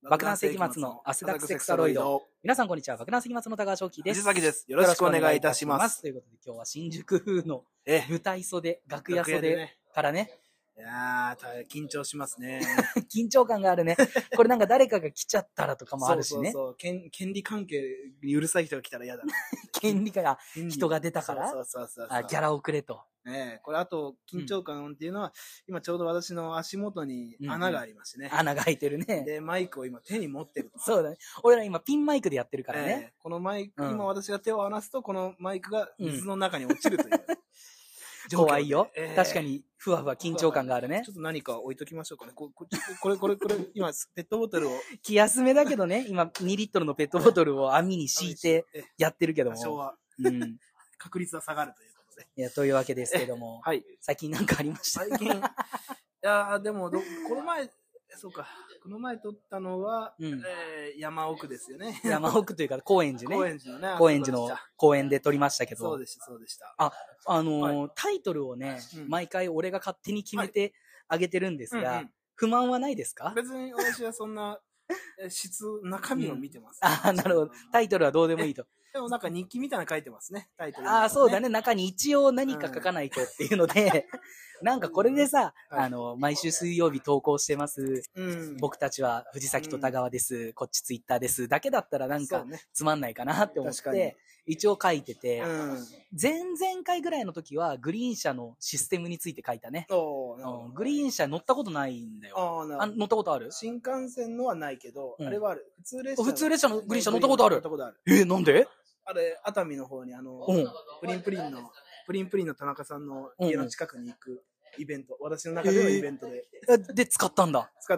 爆弾世紀末のアスダックセクサロイド。皆さんこんにちは。爆弾世紀末の高橋正輝です。 藤崎です。よろしくお願いいたします。 ということで今日は新宿風の舞台袖、楽屋袖からね。 いやー、緊張しますね。 緊張感があるね。これなんか誰かが来ちゃったらとかもあるしね。 そう権利関係にうるさい人が来たら嫌だな。 権利が人が出たから、ギャラをくれと。 これあと緊張感っていうのは、今ちょうど私の足元に穴がありましてね。 穴が開いてるね。 で、マイクを今手に持ってると。 そうだね。俺ら今ピンマイクでやってるからね。 このマイク、今私が手を離すと、このマイクが水の中に落ちるという。 怖いよ。確かに、ふわふわ緊張感があるね。 ちょっと何か置いときましょうかね。これ、今、ペットボトルを。 気休めだけどね、今、2リットルのペットボトルを網に敷いてやってるけども。 多少は、確率は下がるということで。 いや、というわけですけども。はい。最近なんかありました？ 最近。いやー、でも、この前撮ったのは、山奥ですよね。 山奥というか、高円寺ね。 高円寺のね。 高円寺の公園で撮りましたけど。 そうでした。 タイトルをね、毎回俺が勝手に決めてあげてるんですが、不満はないですか？ 別に私はそんな、中身を見てます。 なるほど。タイトルはどうでもいいと。 でもなんか日記みたいなの書いてますね、タイトル。 そうだね。中に一応何か書かないとっていうので、なんかこれでさ、毎週水曜日投稿してます。僕たちは藤崎と田川です。こっちツイッターです。だけだったらなんかつまんないかなって思って、一応書いてて、前々回ぐらいの時はグリーン車のシステムについて書いたね。グリーン車乗ったことないんだよ。乗ったことある？ 新幹線のはないけど、あれはある。普通列車のグリーン車乗ったことある？なんで？ あれ、熱海の方にプリンプリンの田中さんの家の近くに行くイベント。私の中でのイベントで。 で、使ったんだ。 使った。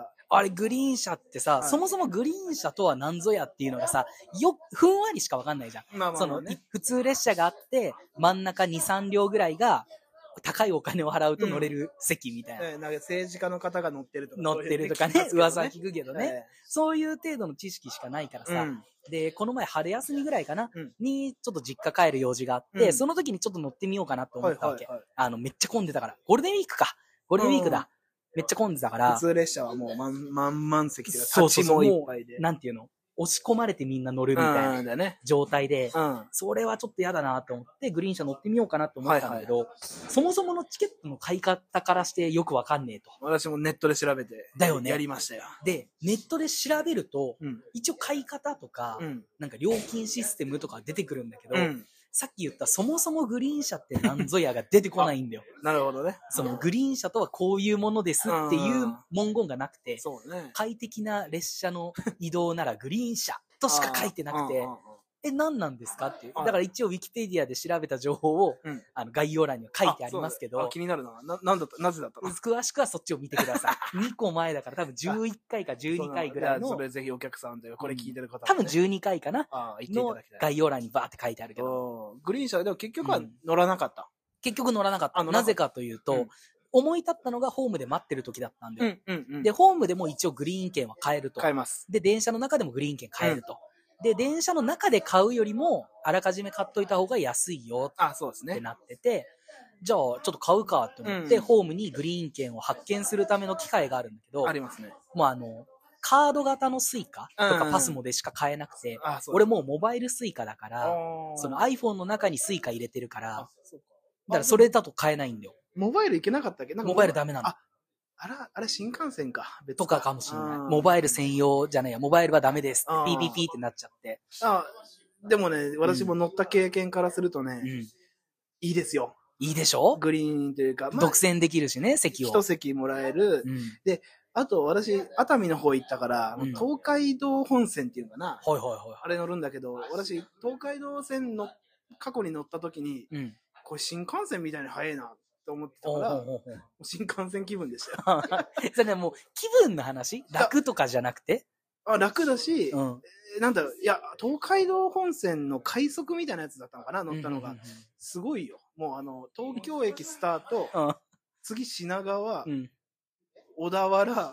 あれ、グリーン車ってさ、そもそもグリーン車とは何ぞやっていうのがさ、ふんわりしかわかんないじゃん。普通列車があって、真ん中2、3両ぐらいが、高いお金を払うと乗れる席みたいな。 なんか政治家の方が乗ってるとかね、噂は聞くけどね。そういう程度の知識しかないからさ。で、この前春休みぐらいかな、にちょっと実家帰る用事があって、その時にちょっと乗ってみようかなと思ったわけ。めっちゃ混んでたから。ゴールデンウィークか。ゴールデンウィークだ。めっちゃ混んでたから。 普通列車はもう満席で、立ちもいっぱいで。 なんていうの？押し込まれてみんな乗るみたいな状態で、それはちょっと嫌だなと思って、グリーン車乗ってみようかなと思ったんだけど、そもそものチケットの買い方からしてよくわかんねえと。 私もネットで調べて、 だよね。 やりましたよ。 で、ネットで調べると、一応買い方とか、なんか料金システムとか出てくるんだけど、さっき言ったそもそもグリーン車って何ぞやが出てこないんだよ。 なるほどね。 そのグリーン車とはこういうものですっていう文言がなくて、快適な列車の移動ならグリーン車としか書いてなくて、何なんですかっていう。だから一応ウィキペディアで調べた情報を、概要欄には書いてありますけど。 気になるな。なぜだったの？ 詳しくはそっちを見てください。2個前だから多分11回か12回ぐらいの。 それぜひお客さんでこれ聞いてる方、 多分12回かなの概要欄にバーって書いてあるけど。 グリーン車でも結局は乗らなかった。 結局乗らなかった。なぜかというと、思い立ったのがホームで待ってる時だったんだよ。で、ホームでも一応グリーン券は買えると。 買えます。 で、電車の中でもグリーン券買えると。で、電車の中で買うよりも、あらかじめ買っといた方が安いよってなってて、じゃあ、ちょっと買うかって思って、ホームにグリーン券を発券するための機械があるんだけど、 ありますね。 もうカード型のスイカとかパスモでしか買えなくて、俺もうモバイルスイカだから、その iPhone の中にスイカ入れてるから、だからそれだと買えないんだよ。 モバイルいけなかったっけ？ モバイルダメなの。 あれ新幹線か。 とかかもしれない。モバイル専用じゃないや、モバイルはダメですって、PPP ってなっちゃって。 でもね、私も乗った経験からするとね、いいですよ。 いいでしょ？ グリーンというか。 独占できるしね、席を。 一席もらえる。で、あと私、熱海の方行ったから、東海道本線っていうのかな。あれ乗るんだけど、私、東海道線の過去に乗った時に、これ新幹線みたいに速いな。と思ってたから、新幹線気分でしたよ。 それもう気分の話？楽とかじゃなくて？ 楽だし、なんだろう、いや、東海道本線の快速みたいなやつだったのかな、乗ったのが。すごいよ。もう東京駅スタート、次品川、小田原、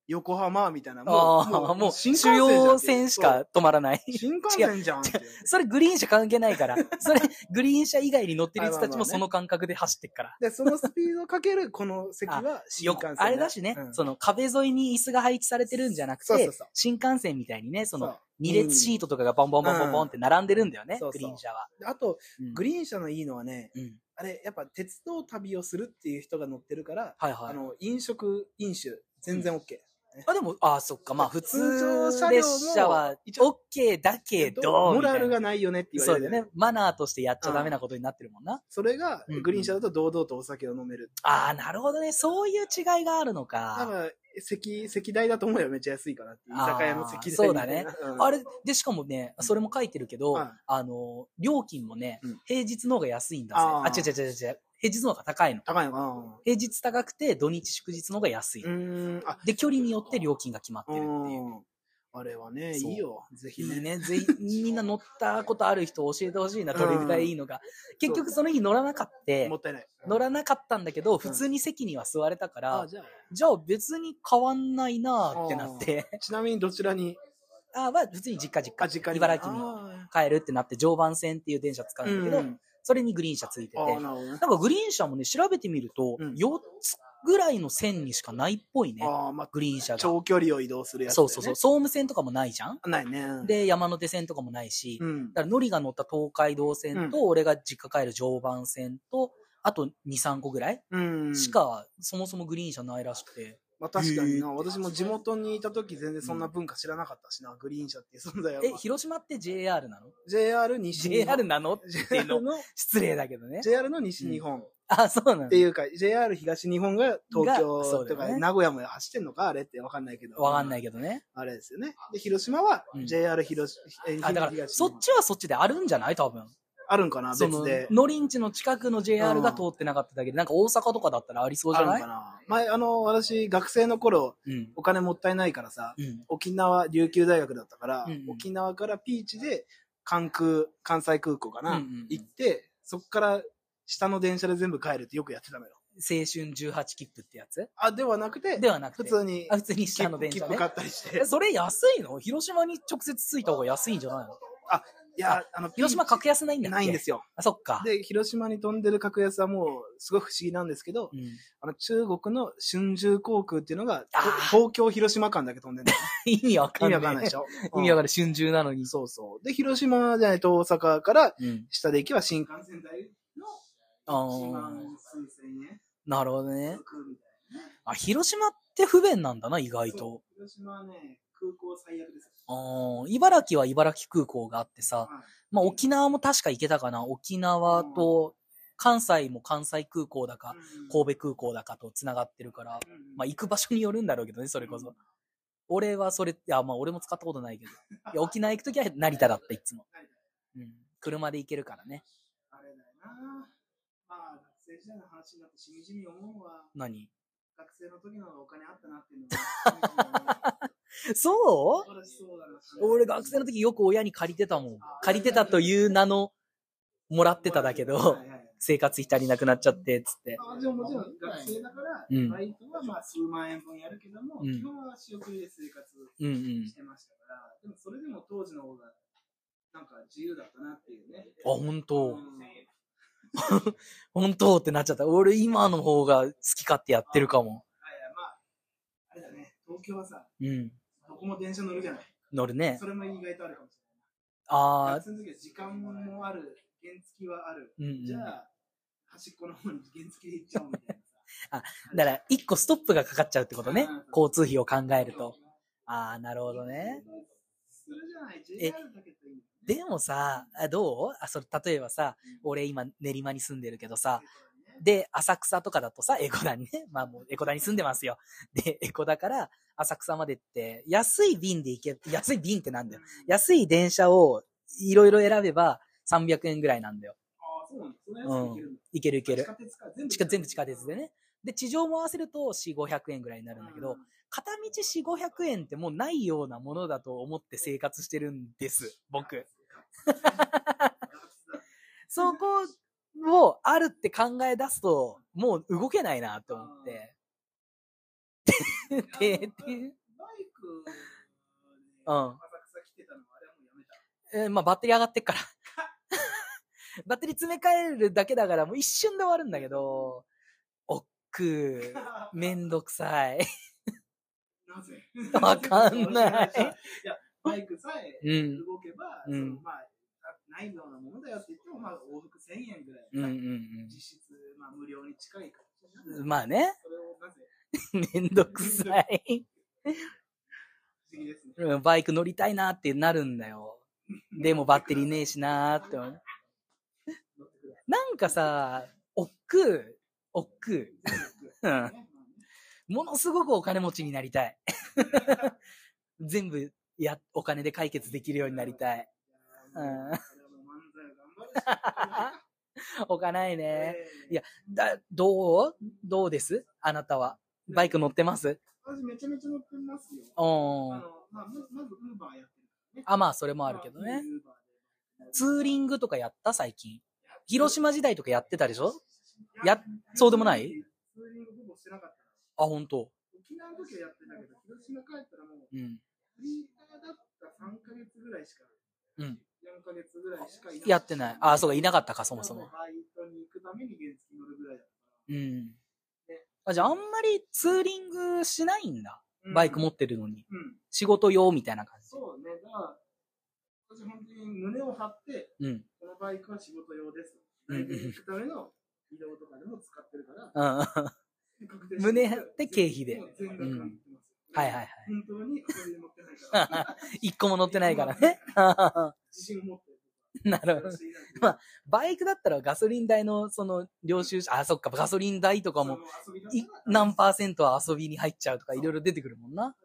横浜みたいな。 もう主要線しか止まらない。 新幹線じゃんって。 それグリーン車関係ないから。それグリーン車以外に乗ってる人たちもその感覚で走ってっから。 で、そのスピードかけるこの席は新幹線。 あれだしね、その壁沿いに椅子が配置されてるんじゃなくて、新幹線みたいにね、その2列シートとかがボンボンボンボンボンって並んでるんだよね、グリーン車は。 あと、グリーン車のいいのはね、あれ、やっぱ鉄道旅をするっていう人が乗ってるから、飲酒、全然 OK。 でも、そっか。まあ、普通列車は OK だけど、 モラルがないよねって言われる。 そうだよね。マナーとしてやっちゃダメなことになってるもんな。 それが、グリーン車だと堂々とお酒を飲める。 なるほどね。そういう違いがあるのか。 多分、席代だと思うよ。めっちゃ安いからって。居酒屋の席代。 そうだね。あれ、で、しかもね、それも書いてるけど、料金もね、平日の方が安いんだぜ。違う。平日の方が高いの。 高いのかな。 平日高くて、土日祝日の方が安い。で、距離によって料金が決まってるっていう。 あれはね、いいよ。ぜひね。 いいね。ぜひ、みんな乗ったことある人教えてほしいな、どれぐらいいいのか。結局その日乗らなかった。 もったいない。 乗らなかったんだけど、普通に席には座れたから、じゃあ別に変わんないなってなって。 ちなみにどちらに普通に実家。茨城に帰るってなって、常磐線っていう電車使うんだけど、それにグリーン車ついてて。なんかグリーン車もね、調べてみると、4つぐらいの線にしかないっぽいね。グリーン車が。 長距離を移動するやつ、 そう。総務線とかもないじゃん？ ないね。 で、山手線とかもないし、だからノリが乗った東海道線と、俺が実家帰る常磐線と、あと2、3個ぐらいしか、そもそもグリーン車ないらしくて。 確かにな。私も地元にいた時全然そんな文化知らなかったしな、グリーン車っていう存在は。 広島って JR なの？ JR 西日本。 JR なのっていうの失礼だけどね。 JR の西日本。 そうなのっていうか、JR 東日本が東京とか名古屋も走ってんのかあれってわかんないけど。 わかんないけどね。 あれですよね。で、広島は JR 東、 だから、そっちはそっちであるんじゃない多分。 あるんかな別で。 のりんちの近くの JR が通ってなかっただけで、なんか大阪とかだったらありそうじゃない？あるんかな。 前、私、学生の頃、お金もったいないからさ、沖縄、琉球大学だったから、沖縄からピーチで、関西空港かな、行って、そっから下の電車で全部帰るってよくやってたのよ。 青春18切符ってやつ？ ではなくて、普通に下の電車切符買ったりして。 それ安いの？広島に直接着いた方が安いんじゃないの？ いや、 広島格安ないんだっけ？ ないんですよ。 そっか。 で、広島に飛んでる格安はもう、すごい不思議なんですけど、中国の春秋航空っていうのが、東京、広島間だけ飛んでるんだよ。 意味わかんない。 意味わかんないでしょ。 意味わかんない。春秋なのに。 そう。で、広島じゃないと大阪から、下で行けば新幹線代の1万数千円。 なるほどね。広島って不便なんだな、意外と。 広島はね、空港最悪です。 茨城は茨城空港があってさ、まあ沖縄も確か行けたかな。沖縄と関西も関西空港だか、神戸空港だかと繋がってるから、まあ行く場所によるんだろうけどね、それこそ。俺はそれ、まあ俺も使ったことないけど。沖縄行くときは成田だった、いつも。車で行けるからね。 あれだよな。まあ学生時代の話になってしみじみ思うわ。 何？ 学生の時のお金あったなっていうのが。 そう？俺学生の時よく親に借りてたもん。借りてたという名のもらってただけど、生活費足りなくなっちゃってっつって。 でももちろん学生だから、バイトはまあ数万円分やるけども、基本は仕送りで生活してましたから、でもそれでも当時の方がなんか自由だったなっていうね。 本当。本当ってなっちゃった。俺今の方が好き勝手やってるかも。 まあ、あれだね、東京はさ、どこも電車乗るじゃない。 乗るね。 それも意外とあるかもしれない。その時は時間もある、原付はある。じゃあ、端っこの方に原付で行っちゃおうみたいなさ。 だから一個ストップがかかっちゃうってことね。交通費を考えると。なるほどね。でもさ、どう？それ例えばさ、俺今練馬に住んでるけどさ、で、浅草とかだとさ、江古田にね、まあもう江古田に住んでますよ。で、江古田から浅草までって、安い便ってなんだよ。安い電車をいろいろ選べば300円ぐらいなんだよ。いける。全部地下鉄でね。で、地上も合わせると4、500円ぐらいになるんだけど、片道4、500円ってもうないようなものだと思って生活してるんです、僕。そこをあるって考え出すと、もう動けないなって思って。 うん。浅草来てたのはあれはもうやめた。 まあバッテリー上がってっから。バッテリー詰め替えるだけだからもう一瞬で終わるんだけど、めんどくさい。 なぜわかんない。 いや、バイクさえ動けば、まあ、ないようなものだよって言っても、まあ、往復1000円ぐらい。実質、まあ、無料に近いかもしれない。 まあね。 それをなぜめんどくさい。 不思議ですね。 バイク乗りたいなってなるんだよ。でもバッテリーねえしなーって。なんかさ、億劫。ものすごくお金持ちになりたい。全部お金で解決できるようになりたい。お金ないね。いや、どうですあなたは。バイク乗ってます？ 私めちゃめちゃ乗ってますよ。まずウーバーやってる、 ね。まあそれもあるけどね。ツーリングとかやった最近。広島時代とかやってたでしょ？そうでもない？ ツーリングほぼしてなかった。 本当。 沖縄の時はやってたけど、広島帰ったらもう、フリーターだった3ヶ月ぐらいしか、4ヶ月ぐらいしかいなかった。 やってない。そうか、いなかったか、そもそも。 バイトに行くために原付乗るぐらいだったから。じゃああんまりツーリングしないんだ。バイク持ってるのに。仕事用みたいな感じ。 そうね。だから、私本当に胸を張って、このバイクは仕事用です。行くための移動とかでも使ってるから。 胸張って経費で。はいはいはい。 本当に遊びで乗ってないから。 一個も乗ってないからね。 自信を持ってる。 なるほど。まあ、バイクだったらガソリン代のその領収書、そっか、ガソリン代とかも何%は遊びに入っちゃうとかいろいろ出てくるもんな。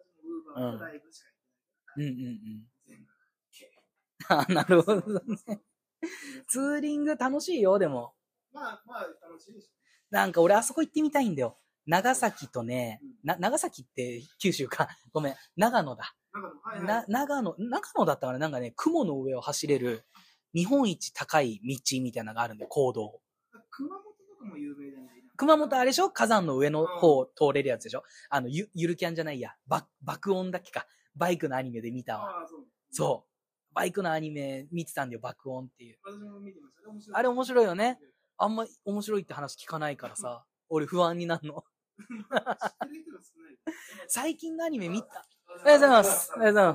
なるほどね。ツーリング楽しいよ、でも。 まあ、楽しいです。 なんか俺あそこ行ってみたいんだよ。長崎とね、長崎って九州か。ごめん、長野だ。長野だったからなんかね、雲の上を走れる日本一高い道みたいなのがあるんで、公道。 熊本とかも有名じゃない？ 熊本あれでしょ？火山の上の方を通れるやつでしょ？ゆるキャンじゃないや。爆音だっけか。バイクのアニメで見たわ。そう。バイクのアニメ見てたんだよ、爆音っていう。 私も見てました。 あれ面白いよね。あんま面白いって話聞かないからさ、俺不安になるの。最近のアニメ見た？おはようございます。おはようございます。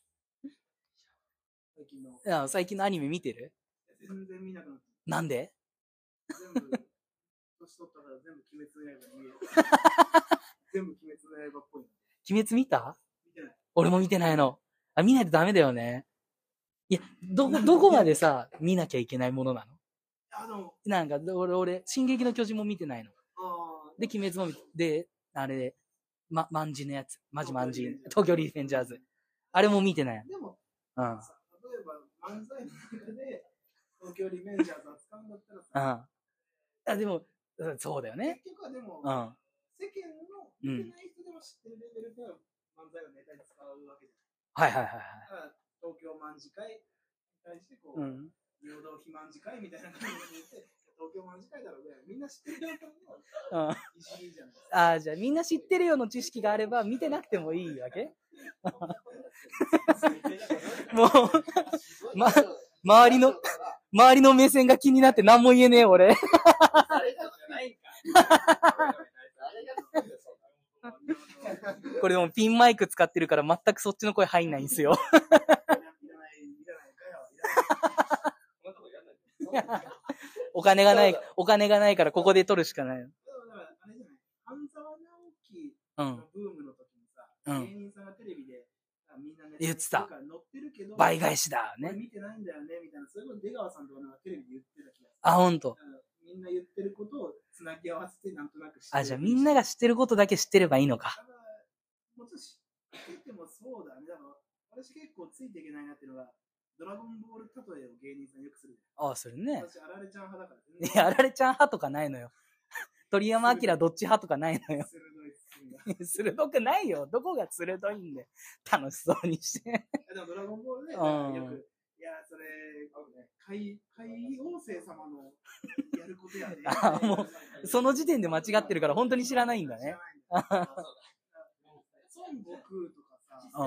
いや、最近のアニメ見てる？ 全然見なくなった。 なんで？ 全部、年取ったから全部鬼滅の刃見える。全部鬼滅の刃っぽい。 鬼滅見た？ 見てない。 俺も見てないの。見ないとダメだよね。いや、どこまでさ、見なきゃいけないものなの？なんか、俺、進撃の巨人も見てないの。で、鬼滅も見て、で、あれ、万字のやつ。マジ万字。東京リベンジャーズ。あれも見てない。 でも、例えば、漫才の中で、東京リベンジャーズ扱うんだったらさ。でも、そうだよね。 結局はでも、世間の見てない人でも知ってるレベルで漫才をネタに使うわけじゃない。 はいはいはい。 東京卍会に対して、こう、平等肥満次会みたいな感じで言って、東京卍会だろうね。みんな知ってるよのいじりじゃない。 じゃあみんな知ってるよの知識があれば見てなくてもいいわけ？もう、周りの目線が気になって何も言えねえ俺。これでもピンマイク使ってるから全くそっちの声入んないんですよ。お金がないからここで撮るしかない。 半沢直樹のブームの時にさ、芸人さんがテレビでみんなね言ってた。 乗ってるけど倍返しだね。 見てないんだよねみたいな、そういうこと出川さんとかテレビで言ってた気がする。 ほんと。 みんな言ってることをつなぎ合わせてなんとなく知ってる。 じゃあみんなが知ってることだけ知ってればいいのか。 もちろん知っててもそうだね。だから私結構ついていけないなっていうのが、ドラゴンボール例えを芸人さんよくする。 するね。 私、あられちゃん派だから。 いや、あられちゃん派とかないのよ。鳥山明どっち派とかないのよ。鋭くないよ。どこが鋭いんで。楽しそうにして。 でもドラゴンボールで、よく、いや、それ、海王星様のやることやね。 もう、その時点で間違ってるから本当に知らないんだね。 孫悟空とかさ、 うん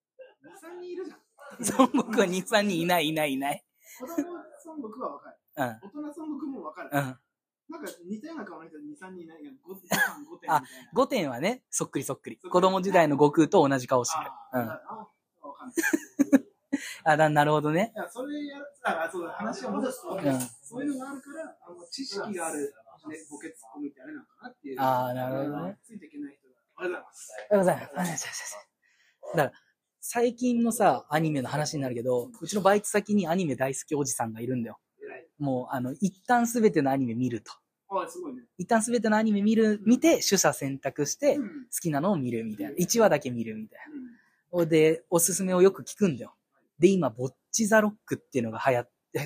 。2、3人いるじゃん。 孫悟空は2、3人いない。 子供孫悟空はわかる。うん。大人孫悟空もわかる。うん。なんか似たような顔の人2、3人いないやん。5点みたいな。 5点はね、そっくり。子供時代の悟空と同じ顔してる。うん。わかんない。なるほどね。 いや、それやる、そうだ、話を戻すと、そういうのがあるから、知識がある、ボケツッコミってあれなのかなっていう。 なるほどね。 ついていけない人が。ありがとうございます。だから、最近のさ、アニメの話になるけど、うちのバイト先にアニメ大好きおじさんがいるんだよ。もう、一旦すべてのアニメ見ると。 すごいね。 一旦すべてのアニメ見て、取捨選択して、好きなのを見るみたいな。1話だけ見るみたいな。で、おすすめをよく聞くんだよ。で、今、ボッチザロックっていうのが流行って、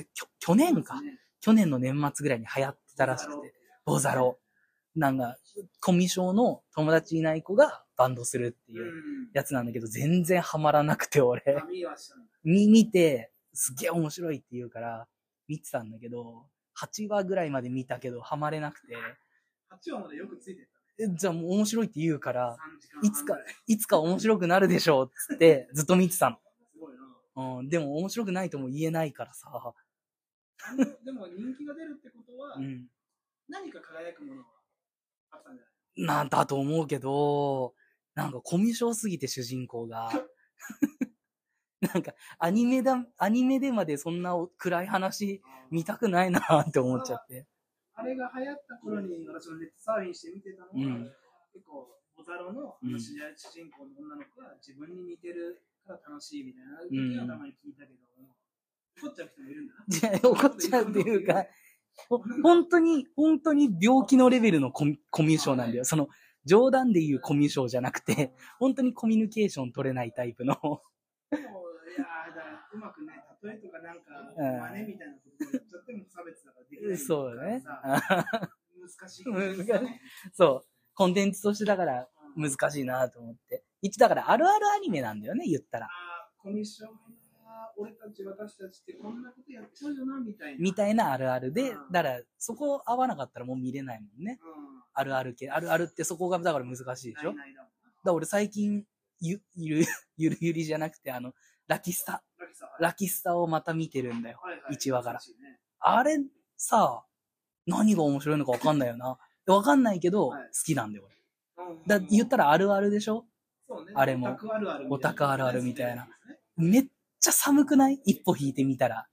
去年の年末ぐらいに流行ってたらしくて、ボザロ。なんか、コミュ障の友達いない子がバンドするっていうやつなんだけど、全然ハマらなくて、俺。見て、すげえ面白いって言うから、見てたんだけど、8話ぐらいまで見たけど、ハマれなくて。 8話までよくついてた。じゃあもう面白いって言うから、いつか面白くなるでしょうっつって、ずっと見てたの。 すごいな。 うん、でも面白くないとも言えないからさ。 でも人気が出るってことは、何か輝くものがあったんじゃない？ なんだと思うけど、なんかコミュ障すぎて主人公が。なんかアニメでまでそんな暗い話見たくないなって思っちゃって。 あれが流行った頃に私もネットサーフィンして見てたのは、結構ボザロの主人公の女の子が自分に似てるから楽しいみたいな時はたまに聞いたけど、怒っちゃう人もいるんだな。 いや、怒っちゃうっていうか、本当に病気のレベルのコミュ障なんだよ。その冗談で言うコミュ障じゃなくて、本当にコミュニケーション取れないタイプの。 いやだうまくね、例えとかなんか、真似みたいなこと言っちゃっても差別だからできない。 そうだね。 難しい、 ね。そう。コンテンツとしてだから難しいなと思って。一だからあるあるアニメなんだよね、言ったら。 コミュ障私たちってこんなことやっちゃうよな、みたいな。 みたいなあるあるで、だからそこ合わなかったらもう見れないもんね。あるあるってそこがだから難しいでしょ。だから俺最近、ゆりじゃなくてラキスタをまた見てるんだよ。1話から。あれさ、何が面白いのか分かんないよな。分かんないけど、好きなんだよ、俺。言ったらあるあるでしょ？あれも。オタクあるあるみたいな。めっちゃ寒くない？一歩引いてみたら。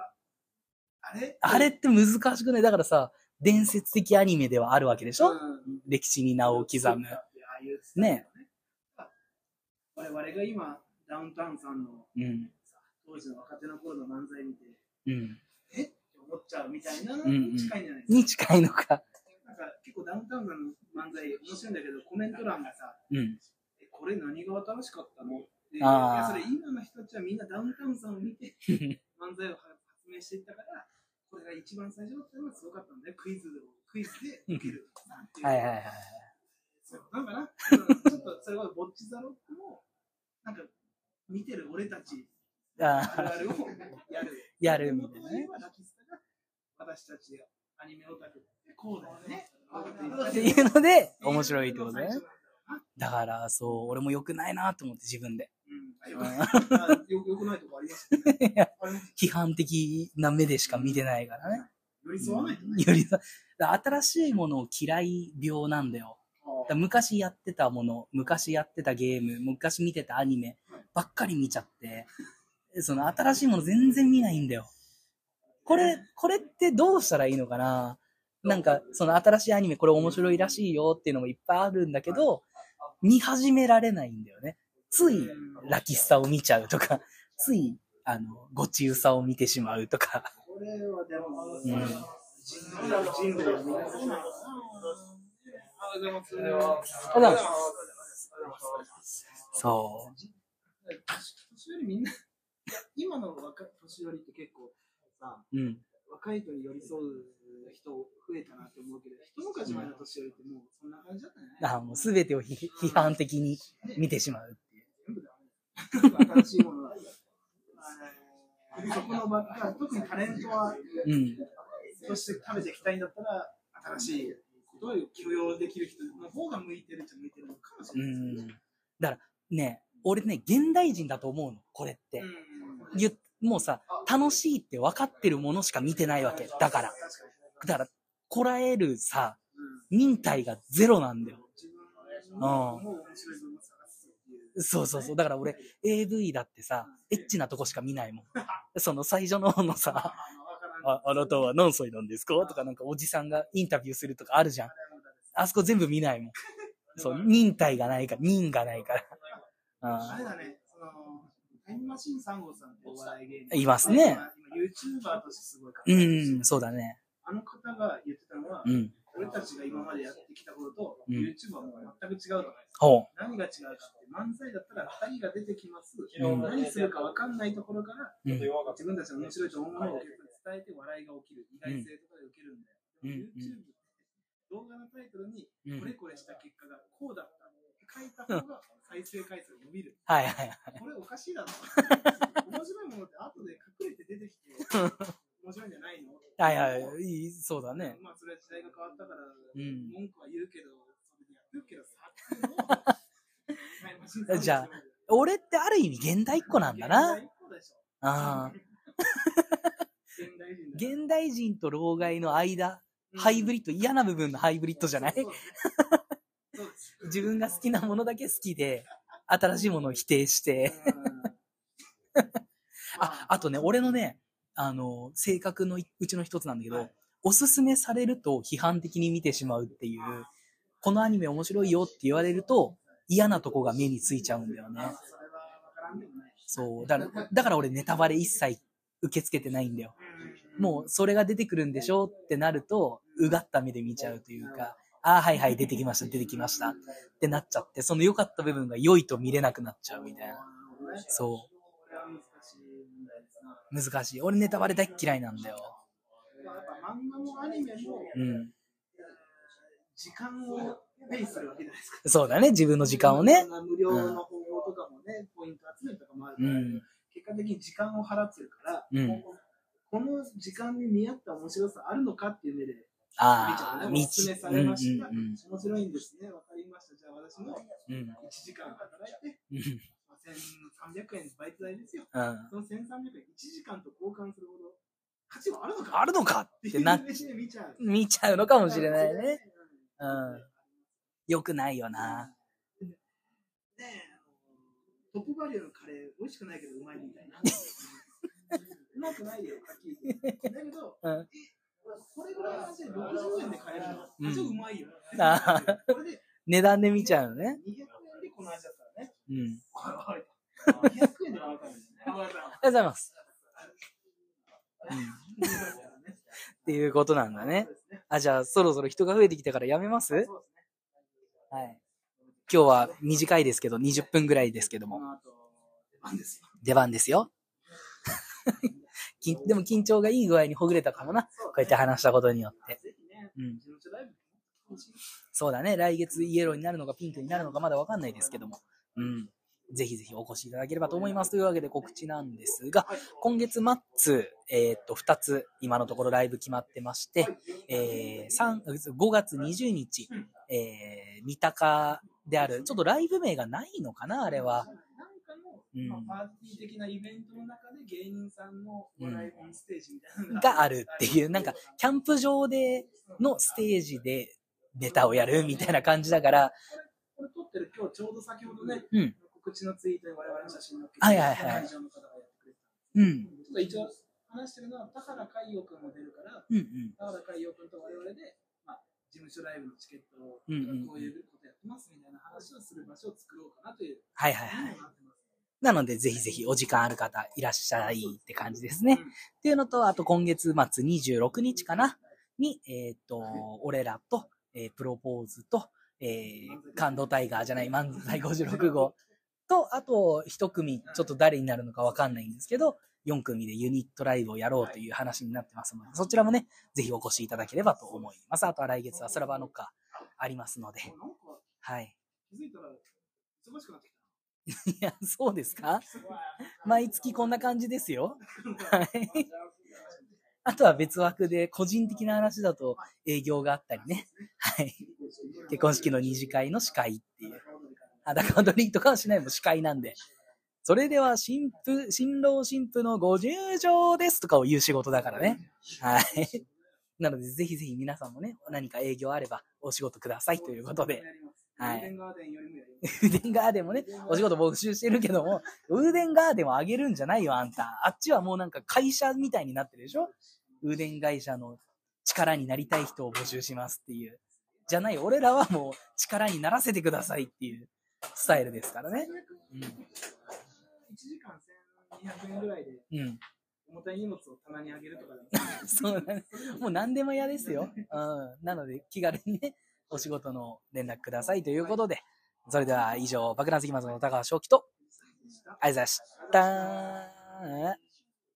あれって難しくない？だからさ、伝説的アニメではあるわけでしょ？歴史に名を刻む。ね。 我々が今、ダウンタウンさんの、当時の若手の頃の漫才見て、って思っちゃうみたいなのに近いんじゃないですか。 に近いのか。 なんか結構ダウンタウンさんの漫才面白いんだけど、コメント欄がさ、これ何が新しかったの？いや、それ今の人たちはみんなダウンタウンさんを見て漫才を発明していったから、これが一番最初だったのがすごかったんだよ。クイズで受ける。 はいはいはい。 そうなんかな、ちょっとそれはボッチザロックもなんか見てる俺たちあるあるをやるみたいなね。 私たちアニメオタクってこうだよねっていうので面白いってことね。だからそう、俺も良くないなと思って自分で。 良くないとこありますね。 批判的な目でしか見てないからね。 寄り添わないとね。新しいものを嫌い病なんだよ。昔やってたもの、昔やってたゲーム、昔見てたアニメばっかり見ちゃって、その新しいもの全然見ないんだよ。これってどうしたらいいのかな？なんか、その新しいアニメこれ面白いらしいよっていうのもいっぱいあるんだけど、見始められないんだよね。つい、ラキスタを見ちゃうとか、つい、ゴチウサを見てしまうとか。 これはでも、 そう。 年寄りみんな、今の年寄りって結構さ、若い人に寄り添う人増えたなって思うけど、一昔前の年寄りってもうそんな感じだったね。 もう全てを批判的に見てしまうっていう。 全部だね。新しいものだ。そこの場が特にタレントは、として食べていきたいんだったら、新しいことを許容できる人の方が向いてるのかもしれない。 だからね、 俺ね、現代人だと思うの、これって。もうさ、楽しいって分かってるものしか見てないわけ。だから、こらえるさ、忍耐がゼロなんだよ。そうそうそう。だから俺、AV だってさ、エッチなとこしか見ないもん。その最初の方のさ、あなたは何歳なんですかとかなんかおじさんがインタビューするとかあるじゃん。あそこ全部見ないもん。そう、忍耐がないから、忍がないから。 あれだね、タイムマシーン3号さんってお笑い芸人。 いますね。 今 YouTuber としてすごい活躍してる。そうだね。 あの方が言ってたのは、俺たちが今までやってきたことと、YouTube はもう全く違うと。何が違うかって、漫才だったら2人が出てきます。何するか分かんないところから、自分たちの面白いと思うものを伝えて笑いが起きる。意外性とかで受けるんだよ。YouTube って動画のタイトルにこれこれした結果がこうだったって書いた方が再生回数が伸びる。 はいはいはい。 これおかしいだろ。面白いものって後で隠れて出てきて面白いんじゃないの？ はいはい、そうだね。 まあそれは時代が変わったから文句は言うけど、それでやってるけどさ。 じゃあ俺ってある意味現代っ子なんだな。ああ。現代人と老害の間。ハイブリッド、嫌な部分のハイブリッドじゃない？自分が好きなものだけ好きで、新しいものを否定して。あとね、俺のね、性格のうちの一つなんだけど、おすすめされると批判的に見てしまうっていう、このアニメ面白いよって言われると、嫌なとこが目についちゃうんだよね。そう。だから俺ネタバレ一切受け付けてないんだよ。もうそれが出てくるんでしょってなると、うがった目で見ちゃうというか、はいはい、出てきましたってなっちゃって、その良かった部分が良いと見れなくなっちゃうみたいな。そう。難しい。俺ネタバレ大っ嫌いなんだよ。 漫画もアニメも、時間をペイするわけじゃないですか。 そうだね、自分の時間をね。 無料の方法とかもね、ポイント集めとかもあるから、結果的に時間を払ってるから、この時間に見合った面白さあるのかっていう目で見ちゃうね。おすすめされました。面白いんですね。わかりました。じゃあ私も1時間働いて、1300円バイト代ですよ。その1300円1時間と交換するほど価値はあるのかってなっ見ちゃうのかもしれないね。よくないよな。 トップバリューのカレー美味しくないけどうまいみたいな。うまくないよ、だけど、これぐらいの味で60円で買えるの、ちょっとうまいよ。 値段で見ちゃうのね。 200円でこの味だったらね。200円で買えたんですね。ありがとうございます。っていうことなんだね。じゃあそろそろ人が増えてきたからやめます？はい。今日は短いですけど、20分ぐらいですけども。出番ですよ。でも緊張がいい具合にほぐれたかもな。こうやって話したことによって。そうだね。来月イエローになるのかピンクになるのかまだわかんないですけども。ぜひぜひお越しいただければと思います。というわけで告知なんですが、今月末、2つ今のところライブ決まってまして、5月20日、三鷹である、ちょっとライブ名がないのかな、あれは。 パーティー的なイベントの中で芸人さんの笑いオンステージみたいなのがあるっていう、なんかキャンプ場でのステージでネタをやるみたいな感じだから、 これ撮ってる今日ちょうど先ほどね、告知のツイートで我々の写真の会場の方がやってくれた。ちょっと一応話してるのは田原海洋くんも出るから、田原海洋くんと我々で、事務所ライブのチケットをこういうことやってますみたいな話をする場所を作ろうかなという。 なので、ぜひぜひお時間ある方いらっしゃいって感じですね。っていうのと、あと今月末26日かなに、俺らと、プロポーズと、感動タイガーじゃない漫才56号と、あと一組、ちょっと誰になるのかわかんないんですけど、4組でユニットライブをやろうという話になってますので、そちらもね、ぜひお越しいただければと思います。あとは来月はスラバノッカーありますので。はい。 気づいたら忙しくなってきた。 いや、そうですか？毎月こんな感じですよ。はい。あとは別枠で個人的な話だと営業があったりね。はい。結婚式の二次会の司会っていう。 裸踊りとかはしないもん、司会なんで。それでは、新郎新婦のご入場ですとかを言う仕事だからね。はい。なので、ぜひぜひ皆さんもね、何か営業あればお仕事くださいということで。はい。ウーデンガーデンもね、お仕事募集してるけども、ウーデンガーデンをあげるんじゃないよ、あんた。あっちはもうなんか会社みたいになってるでしょ？ウーデン会社の力になりたい人を募集しますっていう。じゃない、俺らはもう力にならせてくださいっていうスタイルですからね。うん。1 時間1200円ぐらいで。うん。重たい荷物を棚にあげるとかそうだね。もう何でも嫌ですよ。うん。なので、気軽にね、お仕事の連絡くださいということで、それでは以上、爆弾関松の高橋正樹と、ありがとうございました。